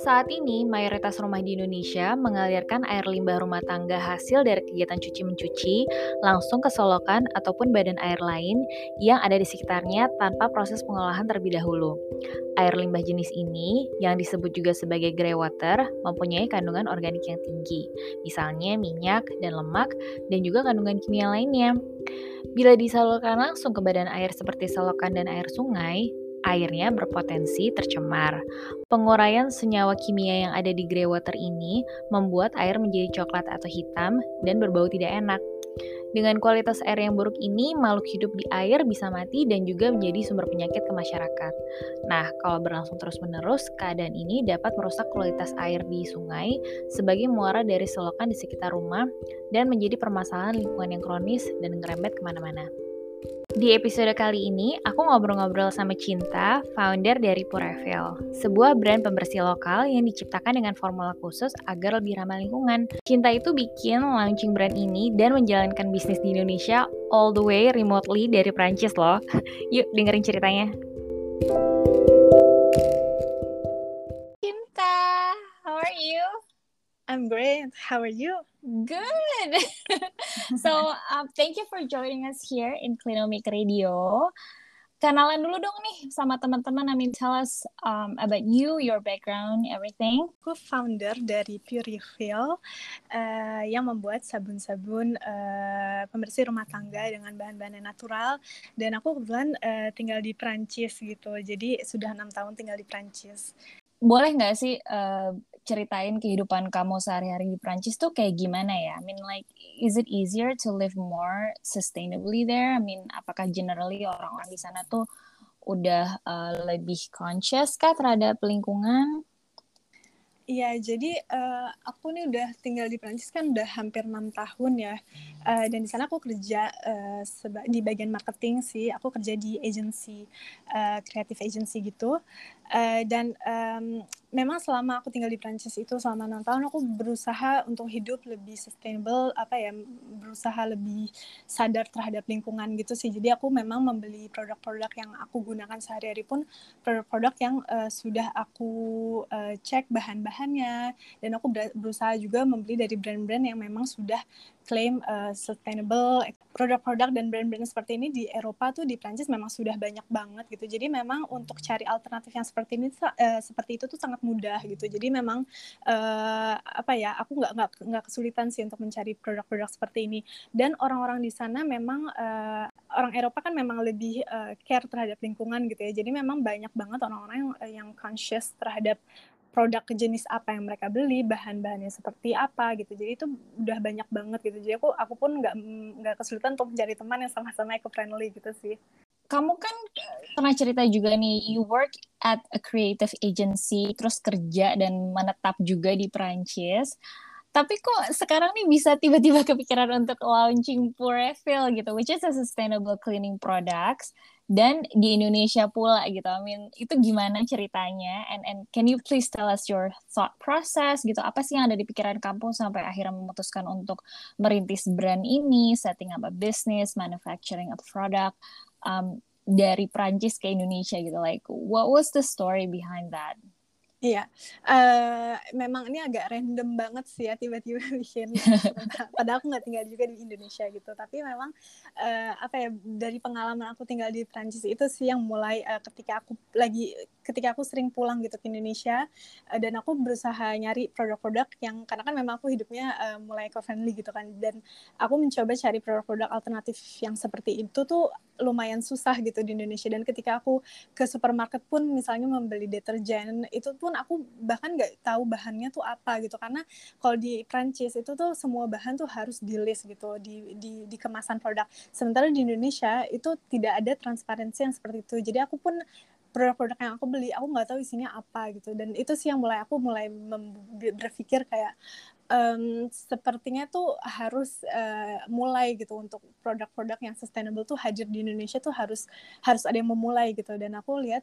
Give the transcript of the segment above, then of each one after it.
Saat ini, mayoritas rumah di Indonesia mengalirkan air limbah rumah tangga hasil dari kegiatan cuci-mencuci langsung ke solokan ataupun badan air lain yang ada di sekitarnya tanpa proses pengolahan terlebih dahulu. Air limbah jenis ini, yang disebut juga sebagai grey water, mempunyai kandungan organik yang tinggi, misalnya minyak dan lemak, dan juga kandungan kimia lainnya. Bila disalurkan langsung ke badan air seperti selokan dan air sungai, airnya berpotensi tercemar. Penguraian senyawa kimia yang ada di grey water ini membuat air menjadi coklat atau hitam dan berbau tidak enak. Dengan kualitas air yang buruk ini, makhluk hidup di air bisa mati dan juga menjadi sumber penyakit ke masyarakat. Nah, kalau berlangsung terus-menerus, keadaan ini dapat merusak kualitas air di sungai sebagai muara dari selokan di sekitar rumah dan menjadi permasalahan lingkungan yang kronis dan ngerembet kemana-mana. Di episode kali ini, aku ngobrol-ngobrol sama Cinta, founder dari Purefil, sebuah brand pembersih lokal yang diciptakan dengan formula khusus agar lebih ramah lingkungan. Cinta itu bikin launching brand ini dan menjalankan bisnis di Indonesia all the way remotely dari Prancis loh. Yuk dengerin ceritanya. Cinta, how are you? I'm great. How are you? Good. So, thank you for joining us here in Clinomic Radio. Kenalan dulu dong nih sama teman-teman. Tell us about you, your background, everything. Aku founder dari Purefil yang membuat sabun-sabun pembersih rumah tangga dengan bahan-bahan yang natural. Dan aku kebetulan tinggal di Prancis gitu. Jadi sudah 6 tahun tinggal di Prancis. Boleh nggak sih ceritain kehidupan kamu sehari-hari di Prancis tuh kayak gimana ya? Is it easier to live more sustainably there? Apakah generally orang-orang di sana tuh udah lebih conscious kah terhadap lingkungan? Iya, jadi aku nih udah tinggal di Prancis kan udah hampir 6 tahun ya. Dan di sana aku kerja di bagian marketing sih. Aku kerja di agency, creative agency gitu. Dan memang selama aku tinggal di Prancis itu selama 6 tahun aku berusaha untuk hidup lebih sustainable, berusaha lebih sadar terhadap lingkungan gitu sih. Jadi aku memang membeli produk-produk yang aku gunakan sehari-hari pun produk-produk yang sudah aku cek bahan-bahannya, dan aku berusaha juga membeli dari brand-brand yang memang sudah klaim sustainable. Produk-produk dan brand-brand seperti ini di Eropa tuh di Prancis memang sudah banyak banget gitu. Jadi memang untuk cari alternatif yang seperti itu tuh sangat mudah gitu. Jadi memang aku nggak kesulitan sih untuk mencari produk-produk seperti ini. Dan orang-orang di sana memang orang Eropa kan memang lebih care terhadap lingkungan gitu ya. Jadi memang banyak banget orang-orang yang conscious terhadap produk jenis apa yang mereka beli, bahan-bahannya seperti apa gitu. Jadi itu udah banyak banget gitu. Jadi aku pun nggak kesulitan untuk mencari teman yang sama-sama eco-friendly gitu sih. Kamu kan pernah cerita juga nih, you work at a creative agency, terus kerja dan menetap juga di Perancis. Tapi kok sekarang nih bisa tiba-tiba kepikiran untuk launching Purefil gitu, which is a sustainable cleaning products, dan di Indonesia pula gitu. Itu gimana ceritanya? And can you please tell us your thought process gitu? Apa sih yang ada di pikiran kamu sampai akhirnya memutuskan untuk merintis brand ini, setting up a business, manufacturing a product dari Prancis ke Indonesia gitu? What was the story behind that? Iya, memang ini agak random banget sih ya tiba-tiba bikin. Padahal aku nggak tinggal juga di Indonesia gitu. Tapi memang dari pengalaman aku tinggal di Prancis itu sih yang mulai ketika aku sering pulang gitu ke Indonesia, dan aku berusaha nyari produk-produk yang, karena kan memang aku hidupnya mulai eco-friendly gitu kan, dan aku mencoba cari produk-produk alternatif yang seperti itu tuh lumayan susah gitu di Indonesia. Dan ketika aku ke supermarket pun misalnya membeli deterjen, itu pun aku bahkan nggak tahu bahannya tuh apa gitu, karena kalau di Prancis itu tuh semua bahan tuh harus di list gitu di kemasan produk. Sementara di Indonesia itu tidak ada transparansi yang seperti itu. Jadi aku pun produk-produk yang aku beli aku nggak tahu isinya apa gitu. Dan itu sih yang aku mulai berpikir kayak sepertinya tuh harus mulai gitu untuk produk-produk yang sustainable tuh hadir di Indonesia tuh harus ada yang memulai gitu. Dan aku lihat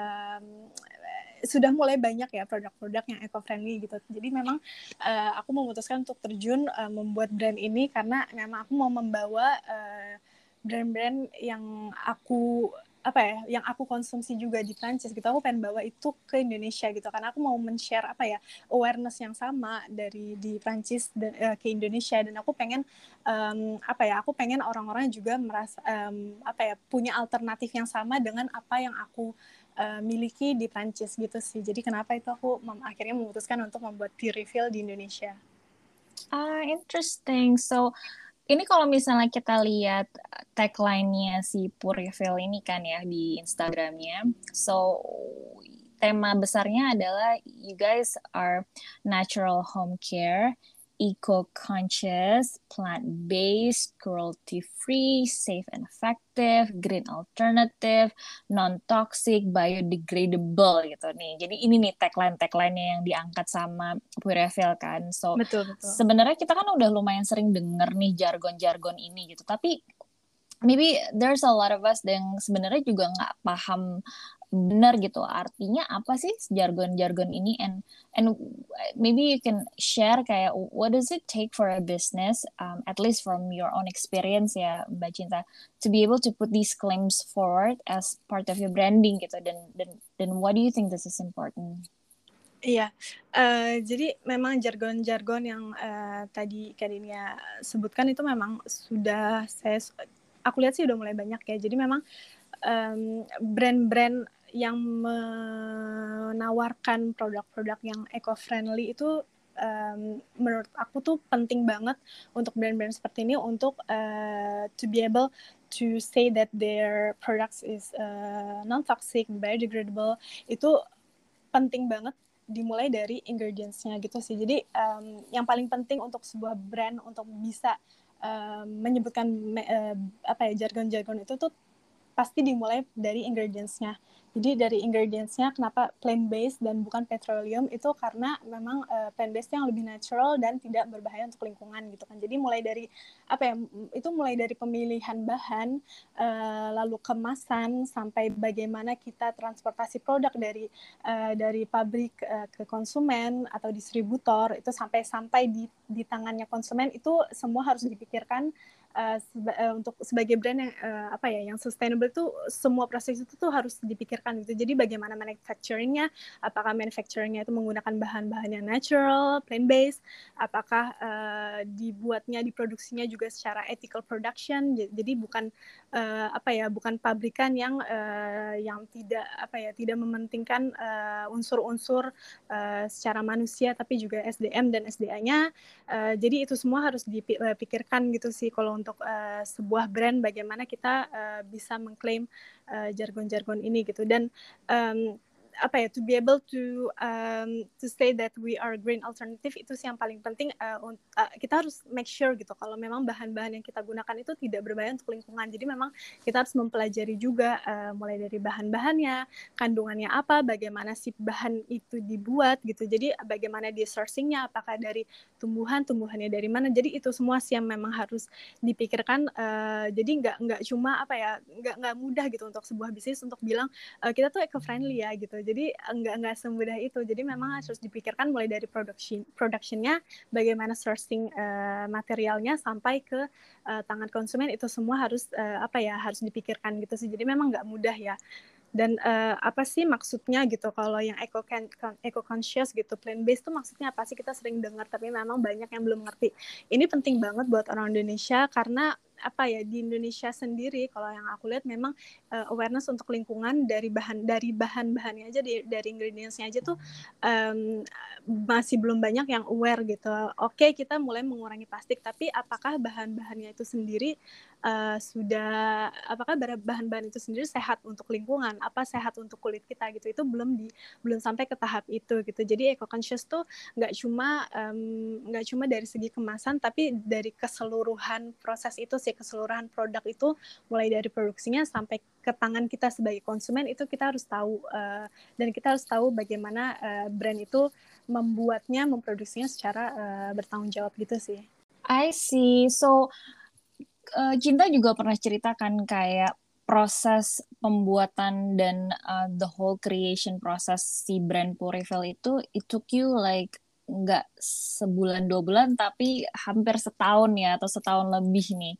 sudah mulai banyak ya produk-produk yang eco-friendly gitu. Jadi memang aku memutuskan untuk terjun membuat brand ini karena memang aku mau membawa brand-brand yang aku apa ya, yang aku konsumsi juga di Prancis gitu, aku pengen bawa itu ke Indonesia gitu, karena aku mau men-share apa ya, awareness yang sama dari di Prancis ke Indonesia, dan aku pengen apa ya, aku pengen orang-orang juga merasa apa ya, punya alternatif yang sama dengan apa yang aku miliki di Prancis gitu sih. Jadi kenapa itu aku akhirnya memutuskan untuk membuat tea refill di Indonesia. Interesting. So, ini kalau misalnya kita lihat tagline-nya si Purifil ini kan ya di Instagramnya. So, tema besarnya adalah you guys are natural home care, eco-conscious, plant-based, cruelty-free, safe and effective, green alternative, non-toxic, biodegradable gitu nih. Jadi ini nih tagline-tagline-nya yang diangkat sama Purifil kan. So, Betul, betul. sebenarnya kita kan udah lumayan sering denger nih jargon-jargon ini gitu, tapi maybe there's a lot of us yang sebenarnya juga nggak paham benar gitu artinya apa sih jargon-jargon ini, and maybe you can share kayak what does it take for a business, at least from your own experience ya Mbak Cinta, to be able to put these claims forward as part of your branding gitu, dan what do you think this is important? Iya, jadi memang jargon-jargon yang tadi Kadinia sebutkan itu memang sudah aku lihat sih udah mulai banyak ya. Jadi memang brand-brand yang menawarkan produk-produk yang eco-friendly itu menurut aku tuh penting banget untuk brand-brand seperti ini untuk to be able to say that their products is non-toxic, biodegradable. Itu penting banget dimulai dari ingredients-nya gitu sih. Jadi yang paling penting untuk sebuah brand untuk bisa menyebutkan apa ya, jargon-jargon itu tuh pasti dimulai dari ingredients-nya. Jadi dari ingredients-nya kenapa plant-based dan bukan petroleum itu karena memang plant-based yang lebih natural dan tidak berbahaya untuk lingkungan gitu kan. Jadi mulai dari apa ya, itu mulai dari pemilihan bahan, lalu kemasan, sampai bagaimana kita transportasi produk dari pabrik ke konsumen atau distributor, itu sampai di tangannya konsumen, itu semua harus dipikirkan. Untuk sebagai brand yang apa ya, yang sustainable tuh semua proses itu tuh harus dipikirkan gitu. Jadi bagaimana manufacturingnya, apakah manufacturingnya itu menggunakan bahan-bahan yang natural, plant based, apakah diproduksinya juga secara ethical production. Jadi bukan apa ya, bukan pabrikan yang tidak apa ya, tidak mementingkan unsur-unsur secara manusia, tapi juga SDM dan SDA-nya. Jadi itu semua harus dipikirkan gitu sih kalau untuk sebuah brand, bagaimana kita bisa mengklaim jargon-jargon ini gitu. Dan apa ya, to be able to say that we are green alternative, itu sih yang paling penting. Kita harus make sure gitu kalau memang bahan-bahan yang kita gunakan itu tidak berbahaya untuk lingkungan. Jadi memang kita harus mempelajari juga mulai dari bahan-bahannya, kandungannya apa, bagaimana si bahan itu dibuat gitu. Jadi bagaimana dia sourcingnya, apakah dari tumbuhannya dari mana. Jadi itu semua sih yang memang harus dipikirkan. Jadi nggak cuma apa ya, nggak mudah gitu untuk sebuah bisnis untuk bilang kita tuh eco-friendly ya gitu. Jadi nggak semudah itu. Jadi memang harus dipikirkan mulai dari productionnya, bagaimana sourcing materialnya sampai ke tangan konsumen, itu semua harus apa ya, harus dipikirkan gitu sih. Jadi memang nggak mudah ya. Dan apa sih maksudnya gitu kalau yang eco-conscious gitu, plant-based tuh maksudnya apa sih, kita sering dengar tapi memang banyak yang belum ngerti. Ini penting banget buat orang Indonesia karena apa ya, di Indonesia sendiri kalau yang aku lihat memang awareness untuk lingkungan dari bahan-bahannya aja, dari ingredients-nya aja tuh masih belum banyak yang aware gitu. Oke, kita mulai mengurangi plastik, tapi apakah bahan-bahannya itu sendiri apakah bahan-bahan itu sendiri sehat untuk lingkungan, apa sehat untuk kulit kita gitu, itu belum sampai ke tahap itu gitu. Jadi eco conscious tuh nggak cuma dari segi kemasan, tapi dari keseluruhan proses itu sih, keseluruhan produk itu, mulai dari produksinya sampai ke tangan kita sebagai konsumen, itu kita harus tahu, dan kita harus tahu bagaimana brand itu memproduksinya secara bertanggung jawab gitu sih. I see. So Cinta juga pernah ceritakan kayak proses pembuatan dan the whole creation proses si brand Purifil itu, it took you like nggak sebulan 2 bulan tapi hampir setahun ya, atau setahun lebih nih.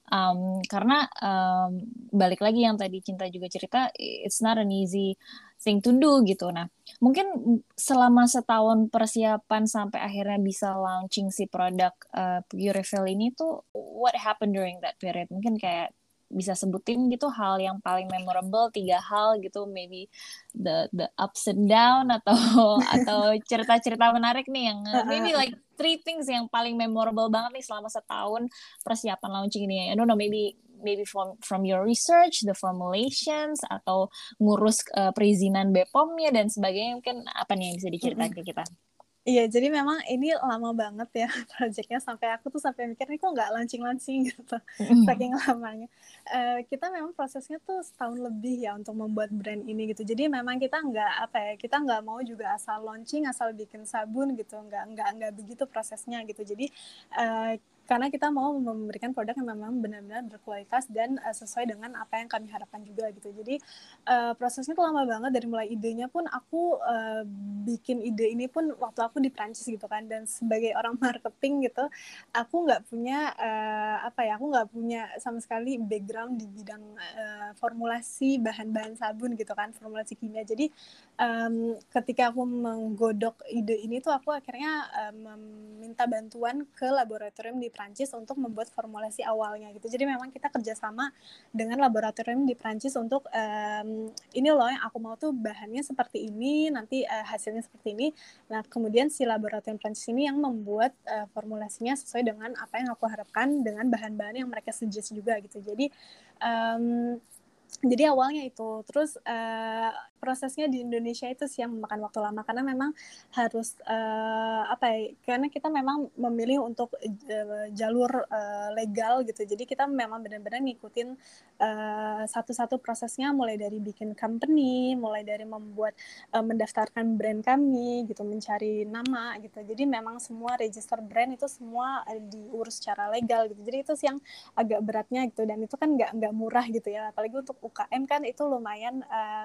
Karena balik lagi yang tadi Cinta juga cerita, it's not an easy thing to do gitu. Nah, mungkin selama setahun persiapan sampai akhirnya bisa launching si produk Purifil ini tuh, what happened during that period? Mungkin kayak bisa sebutin gitu hal yang paling memorable, 3 hal gitu, maybe the ups and down, atau atau cerita-cerita menarik nih yang maybe like 3 things yang paling memorable banget nih selama setahun persiapan launching ini. I don't know, maybe from your research, the formulations, atau ngurus perizinan BPOM-nya dan sebagainya. Mungkin apa nih yang bisa diceritain ke kita? Iya, jadi memang ini lama banget ya proyeknya, sampai aku tuh sampai mikir ini kok nggak launching gitu, saking lamanya. Kita memang prosesnya tuh setahun lebih ya untuk membuat brand ini gitu. Jadi memang kita kita nggak mau juga asal launching, asal bikin sabun gitu, nggak begitu prosesnya gitu. Jadi karena kita mau memberikan produk yang memang benar-benar berkualitas dan sesuai dengan apa yang kami harapkan juga gitu. Jadi prosesnya tuh lama banget, dari mulai idenya pun aku bikin ide ini pun waktu aku di Prancis gitu kan, dan sebagai orang marketing gitu aku nggak punya aku nggak punya sama sekali background di bidang formulasi bahan-bahan sabun gitu kan, formulasi kimia. Jadi ketika aku menggodok ide ini tuh aku akhirnya meminta bantuan ke laboratorium di Prancis untuk membuat formulasi awalnya gitu. Jadi memang kita kerjasama dengan laboratorium di Prancis untuk ini loh yang aku mau tuh bahannya seperti ini, nanti hasilnya seperti ini. Nah kemudian si laboratorium Prancis ini yang membuat formulasinya sesuai dengan apa yang aku harapkan dengan bahan-bahan yang mereka suggest juga gitu. Jadi awalnya itu, terus prosesnya di Indonesia itu sih yang memakan waktu lama, karena memang harus karena kita memang memilih untuk jalur legal gitu. Jadi kita memang benar-benar ngikutin satu-satu prosesnya, mulai dari bikin company, mulai dari membuat mendaftarkan brand kami gitu, mencari nama gitu. Jadi memang semua register brand itu semua diurus secara legal gitu. Jadi itu sih yang agak beratnya gitu, dan itu kan nggak murah gitu ya, apalagi untuk UKM kan itu lumayan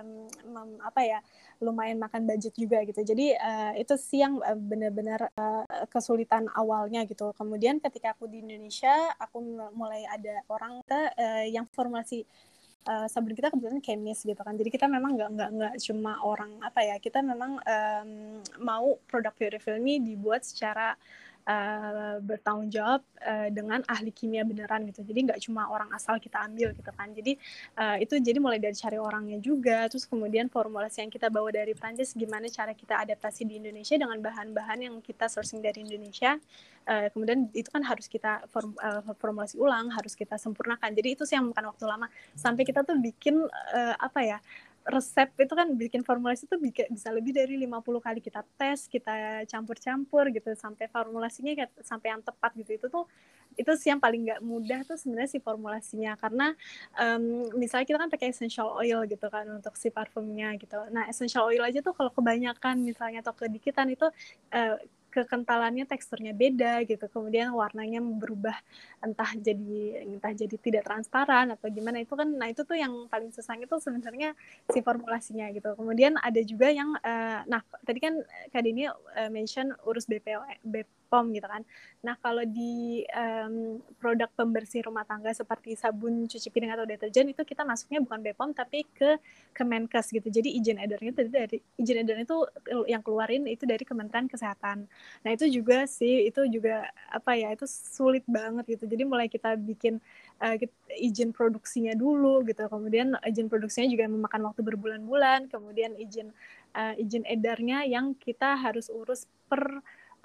lumayan makan budget juga gitu. Jadi itu sih yang benar-benar kesulitan awalnya gitu. Kemudian ketika aku di Indonesia, aku mulai ada orang yang formulasi sabun kita kebetulan chemist gitu kan. Jadi kita memang nggak cuma orang kita memang mau produk Purifil ini dibuat secara bertanggung jawab dengan ahli kimia beneran gitu. Jadi nggak cuma orang asal kita ambil gitu kan. Jadi itu jadi mulai dari cari orangnya juga, terus kemudian formulasi yang kita bawa dari Prancis, gimana cara kita adaptasi di Indonesia dengan bahan-bahan yang kita sourcing dari Indonesia. Kemudian itu kan harus kita formulasi ulang, harus kita sempurnakan. Jadi itu sih yang makan waktu lama. Sampai kita tuh bikin resep itu kan, bikin formulasi itu bisa lebih dari 50 kali kita tes, kita campur-campur gitu sampai formulasinya sampai yang tepat gitu. Itu sih yang paling nggak mudah tuh sebenarnya si formulasinya, karena misalnya kita kan pakai essential oil gitu kan untuk si parfumnya gitu. Nah essential oil aja tuh kalau kebanyakan misalnya atau kedikitan itu kekentalannya, teksturnya beda gitu, kemudian warnanya berubah, entah jadi tidak transparan atau gimana. Itu kan, nah itu tuh yang paling susahnya tuh sebenarnya si formulasinya gitu. Kemudian ada juga yang tadi kan Kak Dini mention urus BPOM gitu kan. Nah kalau di produk pembersih rumah tangga seperti sabun cuci piring atau deterjen, itu kita masuknya bukan BPOM tapi ke Kemenkes gitu. Jadi izin edarnya itu yang keluarin itu dari Kementerian Kesehatan. Nah itu juga itu sulit banget gitu. Jadi mulai kita bikin izin produksinya dulu gitu, kemudian izin produksinya juga memakan waktu berbulan-bulan, kemudian izin edarnya yang kita harus urus per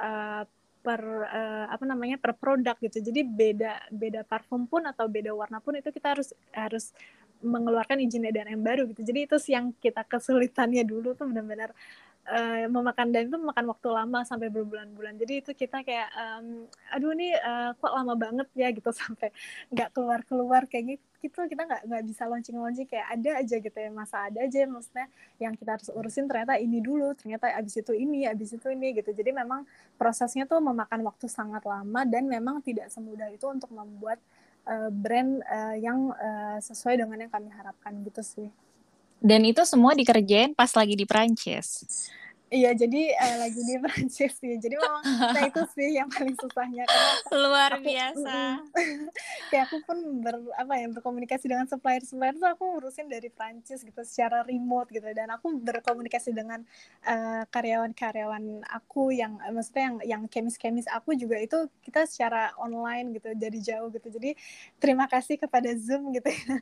produk gitu. Jadi beda parfum pun atau beda warna pun itu kita harus mengeluarkan izin edar yang baru gitu. Jadi itu sih yang kita kesulitannya dulu tuh, benar-benar memakan waktu lama sampai berbulan-bulan. Jadi itu kita kayak aduh nih kok lama banget ya gitu, sampai nggak keluar kayak gitu. Kita nggak bisa launching kayak ada aja gitu ya, masa ada aja maksudnya yang kita harus urusin, ternyata ini dulu, ternyata abis itu ini gitu. Jadi memang prosesnya tuh memakan waktu sangat lama, dan memang tidak semudah itu untuk membuat brand yang sesuai dengan yang kami harapkan gitu sih. Dan itu semua dikerjain pas lagi di Prancis. Iya, jadi lagi di Prancis sih. Jadi memang, nah itu sih yang paling susahnya karena Luar aku biasa. kayak aku pun berkomunikasi dengan supplier tuh aku ngurusin dari Prancis gitu secara remote gitu, dan aku berkomunikasi dengan karyawan-karyawan aku yang maksudnya yang kemis-kemis aku juga itu kita secara online gitu dari jauh gitu. Jadi terima kasih kepada Zoom gitu ya.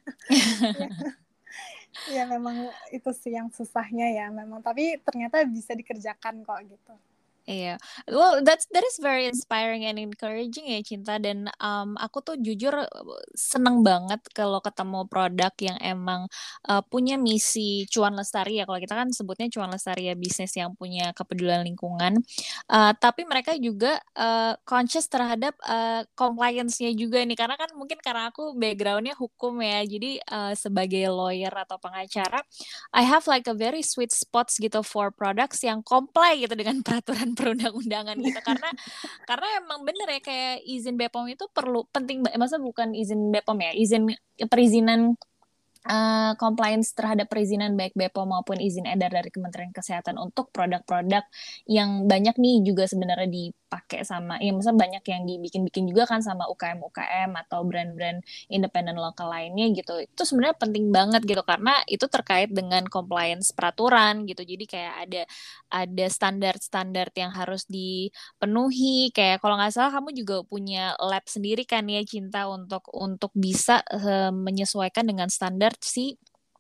Ya memang itu sih yang susahnya ya memang, tapi ternyata bisa dikerjakan kok gitu. Iya, well that is very inspiring and encouraging ya Cinta, dan aku tuh jujur seneng banget kalau ketemu produk yang emang punya misi cuan lestari ya, kalau kita kan sebutnya cuan lestari ya, bisnis yang punya kepedulian lingkungan, tapi mereka juga conscious terhadap compliance-nya juga nih, karena kan mungkin karena aku background-nya hukum ya, jadi sebagai lawyer atau pengacara, I have like a very sweet spots gitu for products yang comply gitu dengan peraturan perundang-undangan gitu, karena emang bener ya kayak izin BPOM itu perlu penting, maksudnya bukan izin BPOM ya, izin perizinan, compliance terhadap perizinan baik BPOM maupun izin edar dari Kementerian Kesehatan untuk produk-produk yang banyak nih juga sebenarnya dipakai sama, ya maksudnya banyak yang dibikin-bikin juga kan sama UKM-UKM atau brand-brand independen lokal lainnya gitu. Itu sebenarnya penting banget gitu karena itu terkait dengan compliance peraturan gitu. Jadi kayak ada standar-standar yang harus dipenuhi. Kayak kalau nggak salah kamu juga punya lab sendiri kan ya Cinta untuk bisa menyesuaikan dengan standar si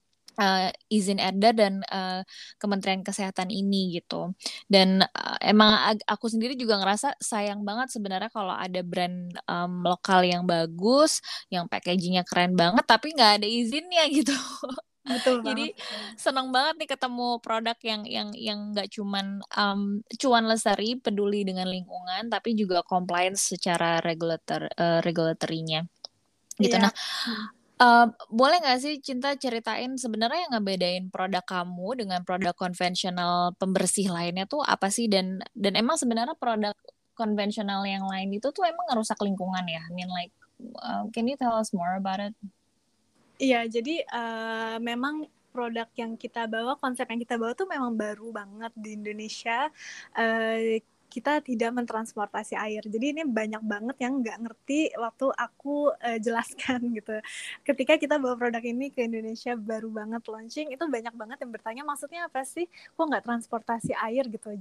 izin edar dan Kementerian Kesehatan ini gitu. Dan emang aku sendiri juga ngerasa sayang banget sebenarnya kalau ada brand lokal yang bagus, yang packagingnya keren banget, tapi nggak ada izinnya gitu. Betul banget. Jadi seneng banget nih ketemu produk yang nggak cuman cuan lestari, peduli dengan lingkungan, tapi juga compliance secara regulatory-nya gitu. Iya. Nah, boleh nggak sih Cinta ceritain sebenarnya yang ngebedain produk kamu dengan produk konvensional pembersih lainnya tuh apa sih, dan emang sebenarnya produk konvensional yang lain itu tuh emang ngerusak lingkungan ya? I mean like, can you tell us more about it? Iya, jadi memang produk yang kita bawa, konsep yang kita bawa tuh memang baru banget di Indonesia. Kita tidak mentransportasi air. Jadi ini banyak banget yang nggak ngerti waktu aku jelaskan gitu. Ketika kita bawa produk ini ke Indonesia baru banget launching, itu banyak banget yang bertanya maksudnya apa sih? Kok nggak transportasi air gitu?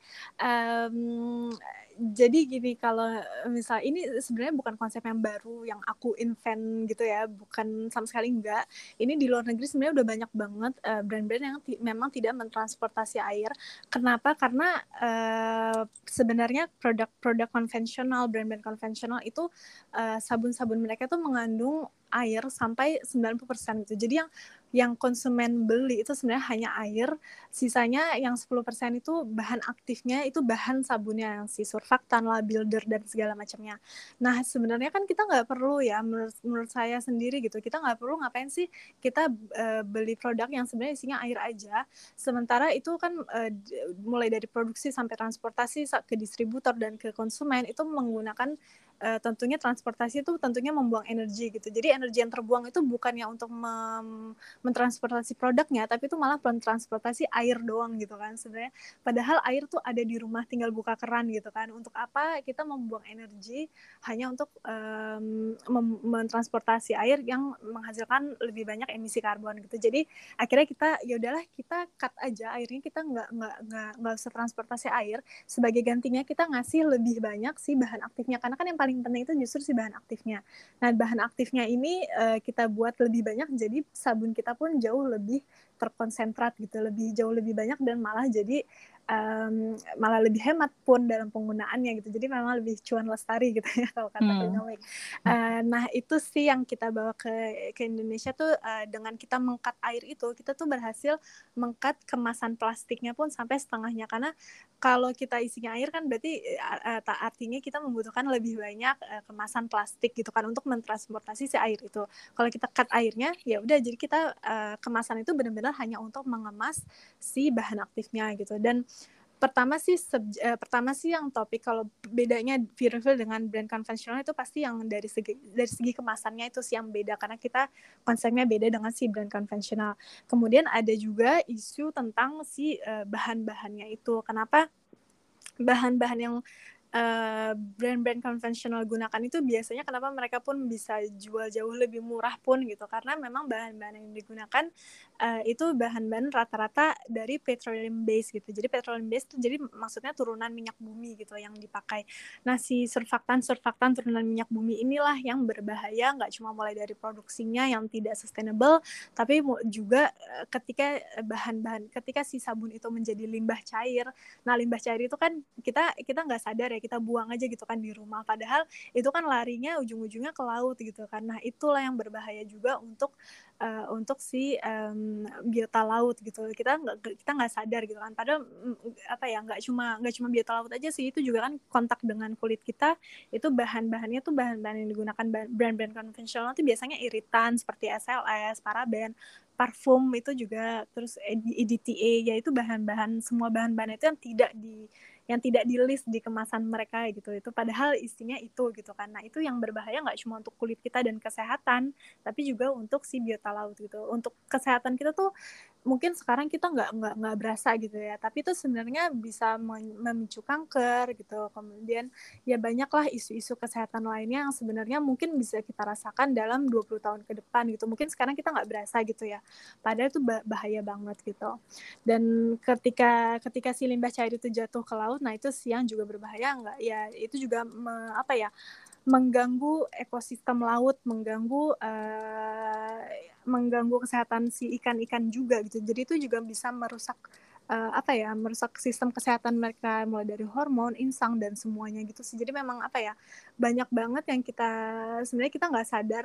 Jadi gini, kalau misal ini sebenarnya bukan konsep yang baru yang aku invent gitu ya, bukan sama sekali enggak. Ini di luar negeri sebenarnya udah banyak banget brand-brand yang memang tidak mentransportasi air. Kenapa? Karena sebenarnya produk-produk konvensional, brand-brand konvensional itu sabun-sabun mereka tuh mengandung air sampai 90% gitu. Jadi yang konsumen beli itu sebenarnya hanya air, sisanya yang 10% itu bahan aktifnya, itu bahan sabunnya yang si surfaktan lah, builder dan segala macamnya. Nah, sebenarnya kan kita nggak perlu ya, menurut saya sendiri gitu, kita nggak perlu ngapain sih kita beli produk yang sebenarnya isinya air aja, sementara itu kan mulai dari produksi sampai transportasi ke distributor dan ke konsumen itu menggunakan tentunya transportasi itu tentunya membuang energi gitu. Jadi energi yang terbuang itu bukannya untuk mentransportasi produknya, tapi itu malah mentransportasi air doang gitu kan sebenarnya. Padahal air tuh ada di rumah, tinggal buka keran gitu kan. Untuk apa kita membuang energi hanya untuk mentransportasi air yang menghasilkan lebih banyak emisi karbon gitu. Jadi akhirnya kita ya udahlah, kita cut aja airnya, kita nggak usah transportasi air. Sebagai gantinya kita ngasih lebih banyak sih bahan aktifnya, karena kan yang paling penting itu justru si bahan aktifnya. Nah, bahan aktifnya ini kita buat lebih banyak, jadi sabun kita pun jauh lebih terkonsentrat gitu, jauh lebih banyak, dan malah jadi malah lebih hemat pun dalam penggunaannya gitu. Jadi memang lebih cuan lestari gitu ya kalau kata Klinomik. Nah, itu sih yang kita bawa ke Indonesia tuh, dengan kita mengkat air itu, kita tuh berhasil mengkat kemasan plastiknya pun sampai setengahnya, karena kalau kita isinya air kan berarti artinya kita membutuhkan lebih banyak kemasan plastik gitu kan untuk mentransportasi si air itu. Kalau kita cut airnya, ya udah, jadi kita kemasan itu benar-benar hanya untuk mengemas si bahan aktifnya gitu. Dan Pertama sih yang topik, kalau bedanya Purefil dengan brand konvensional itu pasti yang dari segi kemasannya itu sih yang beda, karena kita konsepnya beda dengan si brand konvensional. Kemudian ada juga isu tentang si bahan-bahannya itu. Kenapa bahan-bahan yang brand-brand konvensional gunakan itu biasanya kenapa mereka pun bisa jual jauh lebih murah pun gitu, karena memang bahan-bahan yang digunakan itu bahan-bahan rata-rata dari petroleum base gitu. Jadi petroleum base itu jadi maksudnya turunan minyak bumi gitu yang dipakai. Nah, si surfaktan turunan minyak bumi inilah yang berbahaya, nggak cuma mulai dari produksinya yang tidak sustainable, tapi juga ketika si sabun itu menjadi limbah cair. Nah, limbah cair itu kan kita nggak sadar ya, kita buang aja gitu kan di rumah, padahal itu kan larinya ujung-ujungnya ke laut gitu kan. Nah, itulah yang berbahaya juga untuk si biota laut gitu. Kita nggak sadar gitu kan, padahal apa ya, nggak cuma biota laut aja sih, itu juga kan kontak dengan kulit kita. Itu bahan-bahannya tuh bahan-bahan yang digunakan brand-brand konvensional tuh biasanya iritan seperti SLS, paraben, parfum itu juga, terus EDTA, yaitu semua bahan-bahan itu yang tidak di list di kemasan mereka gitu. Itu padahal isinya itu gitu kan. Nah, itu yang berbahaya nggak cuma untuk kulit kita dan kesehatan, tapi juga untuk si biota laut gitu. Untuk kesehatan kita tuh mungkin sekarang kita nggak berasa gitu ya, tapi itu sebenarnya bisa memicu kanker gitu. Kemudian ya banyaklah isu-isu kesehatan lainnya yang sebenarnya mungkin bisa kita rasakan dalam 20 tahun ke depan gitu. Mungkin sekarang kita nggak berasa gitu ya, padahal itu bahaya banget gitu. Dan ketika si limbah cair itu jatuh ke laut, nah itu siang juga berbahaya nggak ya, itu juga mengganggu ekosistem laut, mengganggu kesehatan si ikan-ikan juga gitu. Jadi itu juga bisa merusak sistem kesehatan mereka, mulai dari hormon, insang, dan semuanya gitu sih. Jadi memang banyak banget yang sebenarnya kita nggak sadar,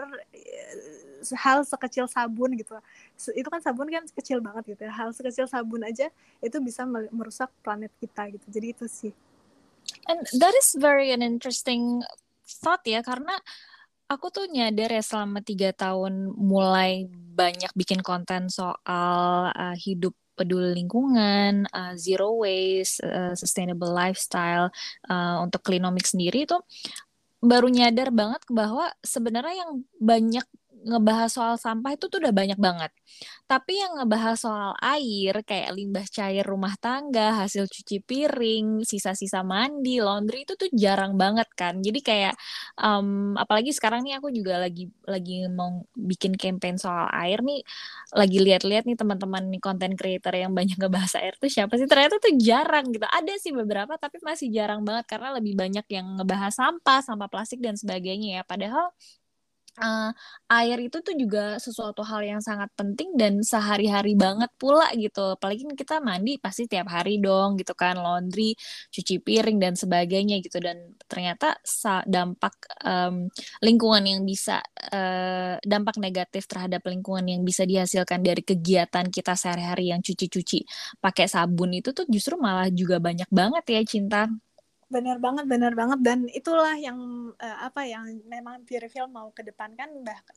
hal sekecil sabun gitu. Itu kan sabun kan kecil banget gitu ya. Hal sekecil sabun aja itu bisa merusak planet kita gitu. Jadi itu sih. And that is very an interesting thought ya, karena aku tuh nyadar ya selama 3 tahun mulai banyak bikin konten soal hidup peduli lingkungan, zero waste, sustainable lifestyle, untuk Klinomik sendiri itu baru nyadar banget bahwa sebenarnya yang banyak ngebahas soal sampah itu tuh udah banyak banget. Tapi yang ngebahas soal air, kayak limbah cair rumah tangga, hasil cuci piring, sisa-sisa mandi, laundry itu tuh jarang banget kan. Jadi kayak apalagi sekarang nih aku juga lagi mau bikin campaign soal air nih, lagi lihat-lihat nih teman-teman nih content creator yang banyak ngebahas air tuh siapa sih? Ternyata tuh jarang gitu. Ada sih beberapa tapi masih jarang banget karena lebih banyak yang ngebahas sampah, sampah plastik dan sebagainya ya. Padahal uh, air itu tuh juga sesuatu hal yang sangat penting dan sehari-hari banget pula gitu. Apalagi kan kita mandi pasti tiap hari dong gitu kan, laundry, cuci piring dan sebagainya gitu. Dan ternyata dampak lingkungan yang bisa dampak negatif terhadap lingkungan yang bisa dihasilkan dari kegiatan kita sehari-hari yang cuci-cuci pakai sabun itu tuh justru malah juga banyak banget ya, Cinta. Benar banget, benar banget. Dan itulah yang yang memang Purefil mau kedepankan,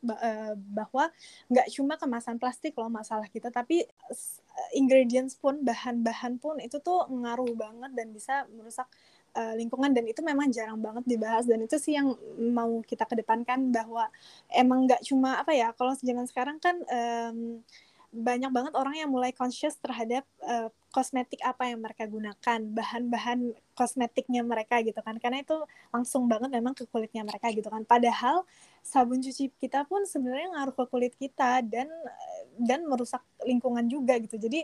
bahwa nggak cuma kemasan plastik loh masalah kita, tapi ingredients pun, bahan-bahan pun itu tuh ngaruh banget dan bisa merusak lingkungan, dan itu memang jarang banget dibahas. Dan itu sih yang mau kita kedepankan, bahwa emang nggak cuma kalau zaman sekarang kan banyak banget orang yang mulai conscious terhadap kosmetik apa yang mereka gunakan, bahan-bahan kosmetiknya mereka gitu kan, karena itu langsung banget memang ke kulitnya mereka gitu kan. Padahal sabun cuci kita pun sebenarnya ngaruh ke kulit kita, dan merusak lingkungan juga gitu. Jadi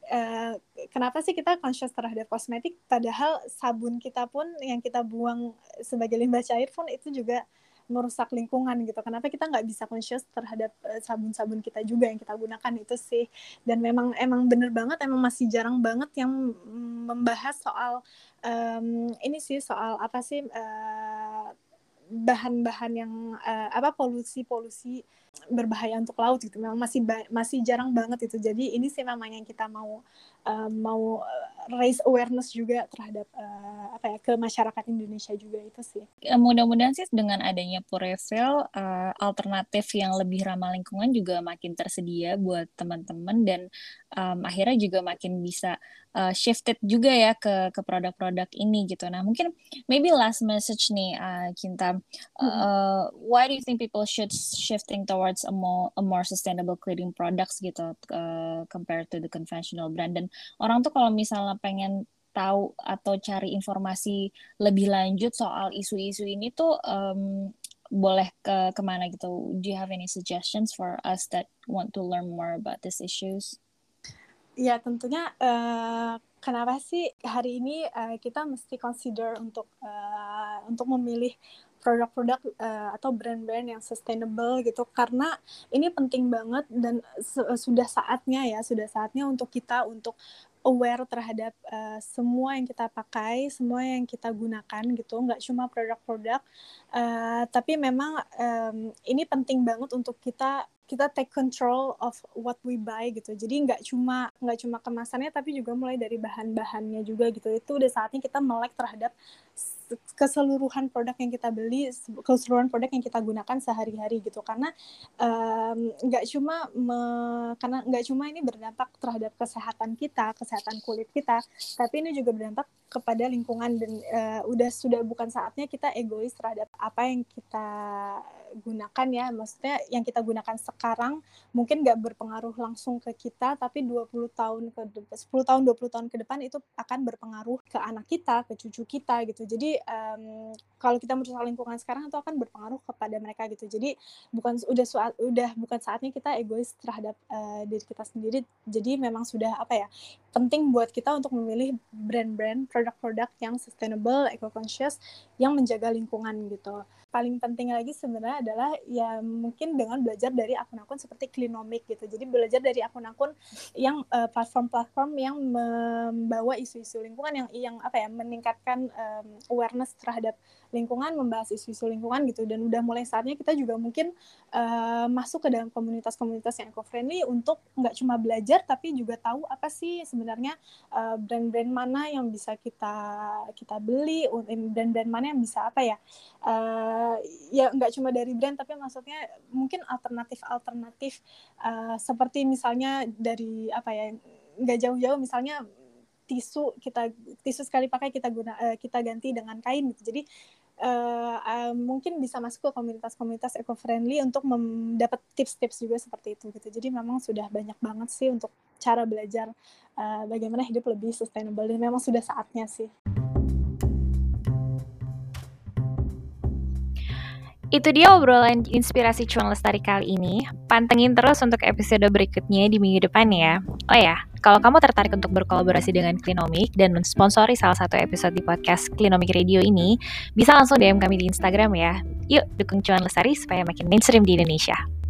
kenapa sih kita conscious terhadap kosmetik, padahal sabun kita pun yang kita buang sebagai limbah cair pun itu juga merusak lingkungan gitu. Kenapa kita nggak bisa conscious terhadap sabun-sabun kita juga yang kita gunakan itu sih. Dan emang bener banget, emang masih jarang banget yang membahas soal ini sih, soal apa sih, bahan-bahan yang polusi-polusi berbahaya untuk laut gitu. Memang masih jarang banget itu. Jadi ini sih memang yang kita mau raise awareness juga terhadap ke masyarakat Indonesia juga itu sih. Mudah-mudahan sih dengan adanya Purefill, alternatif yang lebih ramah lingkungan juga makin tersedia buat teman-teman, dan akhirnya juga makin bisa shifted juga ya ke produk-produk ini gitu. Nah mungkin maybe last message nih, Kinta, why do you think people should shifting towards a more sustainable cleaning products gitu, compared to the conventional brand? Dan orang tuh kalau misalnya pengen tahu atau cari informasi lebih lanjut soal isu-isu ini tuh boleh kemana gitu? Do you have any suggestions for us that want to learn more about these issues? Ya tentunya kenapa sih hari ini kita mesti consider untuk memilih produk-produk atau brand-brand yang sustainable gitu, karena ini penting banget dan sudah saatnya untuk kita untuk aware terhadap semua yang kita pakai, semua yang kita gunakan gitu, nggak cuma produk-produk, tapi memang ini penting banget untuk kita take control of what we buy gitu. Jadi nggak cuma kemasannya, tapi juga mulai dari bahan-bahannya juga gitu. Itu udah saatnya kita melek terhadap keseluruhan produk yang kita beli, keseluruhan produk yang kita gunakan sehari-hari gitu. Karena nggak cuma ini berdampak terhadap kesehatan kita, kesehatan kulit kita, tapi ini juga berdampak kepada lingkungan, dan sudah bukan saatnya kita egois terhadap apa yang kita gunakan ya. Maksudnya yang kita gunakan sekarang mungkin nggak berpengaruh langsung ke kita, tapi 10 tahun 20 tahun ke depan itu akan berpengaruh ke anak kita, ke cucu kita gitu. Jadi kalau kita merusak lingkungan sekarang itu akan berpengaruh kepada mereka gitu. Jadi udah bukan saatnya kita egois terhadap diri kita sendiri. Jadi memang sudah penting buat kita untuk memilih brand-brand, produk-produk yang sustainable, eco-conscious, yang menjaga lingkungan gitu. Paling penting lagi sebenarnya adalah ya mungkin dengan belajar dari akun-akun seperti Clinomic gitu. Jadi belajar dari akun-akun yang platform-platform yang membawa isu-isu lingkungan yang meningkatkan awareness terhadap lingkungan, membahas isu-isu lingkungan gitu. Dan udah mulai saatnya kita juga mungkin masuk ke dalam komunitas-komunitas yang eco-friendly untuk nggak cuma belajar tapi juga tahu apa sih sebenarnya brand-brand mana yang bisa kita beli, brand-brand mana yang bisa ya nggak cuma dari brand, tapi maksudnya mungkin alternatif seperti misalnya dari nggak jauh-jauh, misalnya tisu sekali pakai kita ganti dengan kain gitu. Jadi mungkin bisa masuk ke komunitas-komunitas eco-friendly untuk mendapat tips-tips juga seperti itu gitu. Jadi memang sudah banyak banget sih untuk cara belajar bagaimana hidup lebih sustainable, dan memang sudah saatnya sih. Itu dia obrolan inspirasi Cuan Lestari kali ini. Pantengin terus untuk episode berikutnya di minggu depan ya. Oh ya, kalau kamu tertarik untuk berkolaborasi dengan Clinomic dan mensponsori salah satu episode di podcast Clinomic Radio ini, bisa langsung DM kami di Instagram ya. Yuk, dukung Cuan Lestari supaya makin mainstream di Indonesia.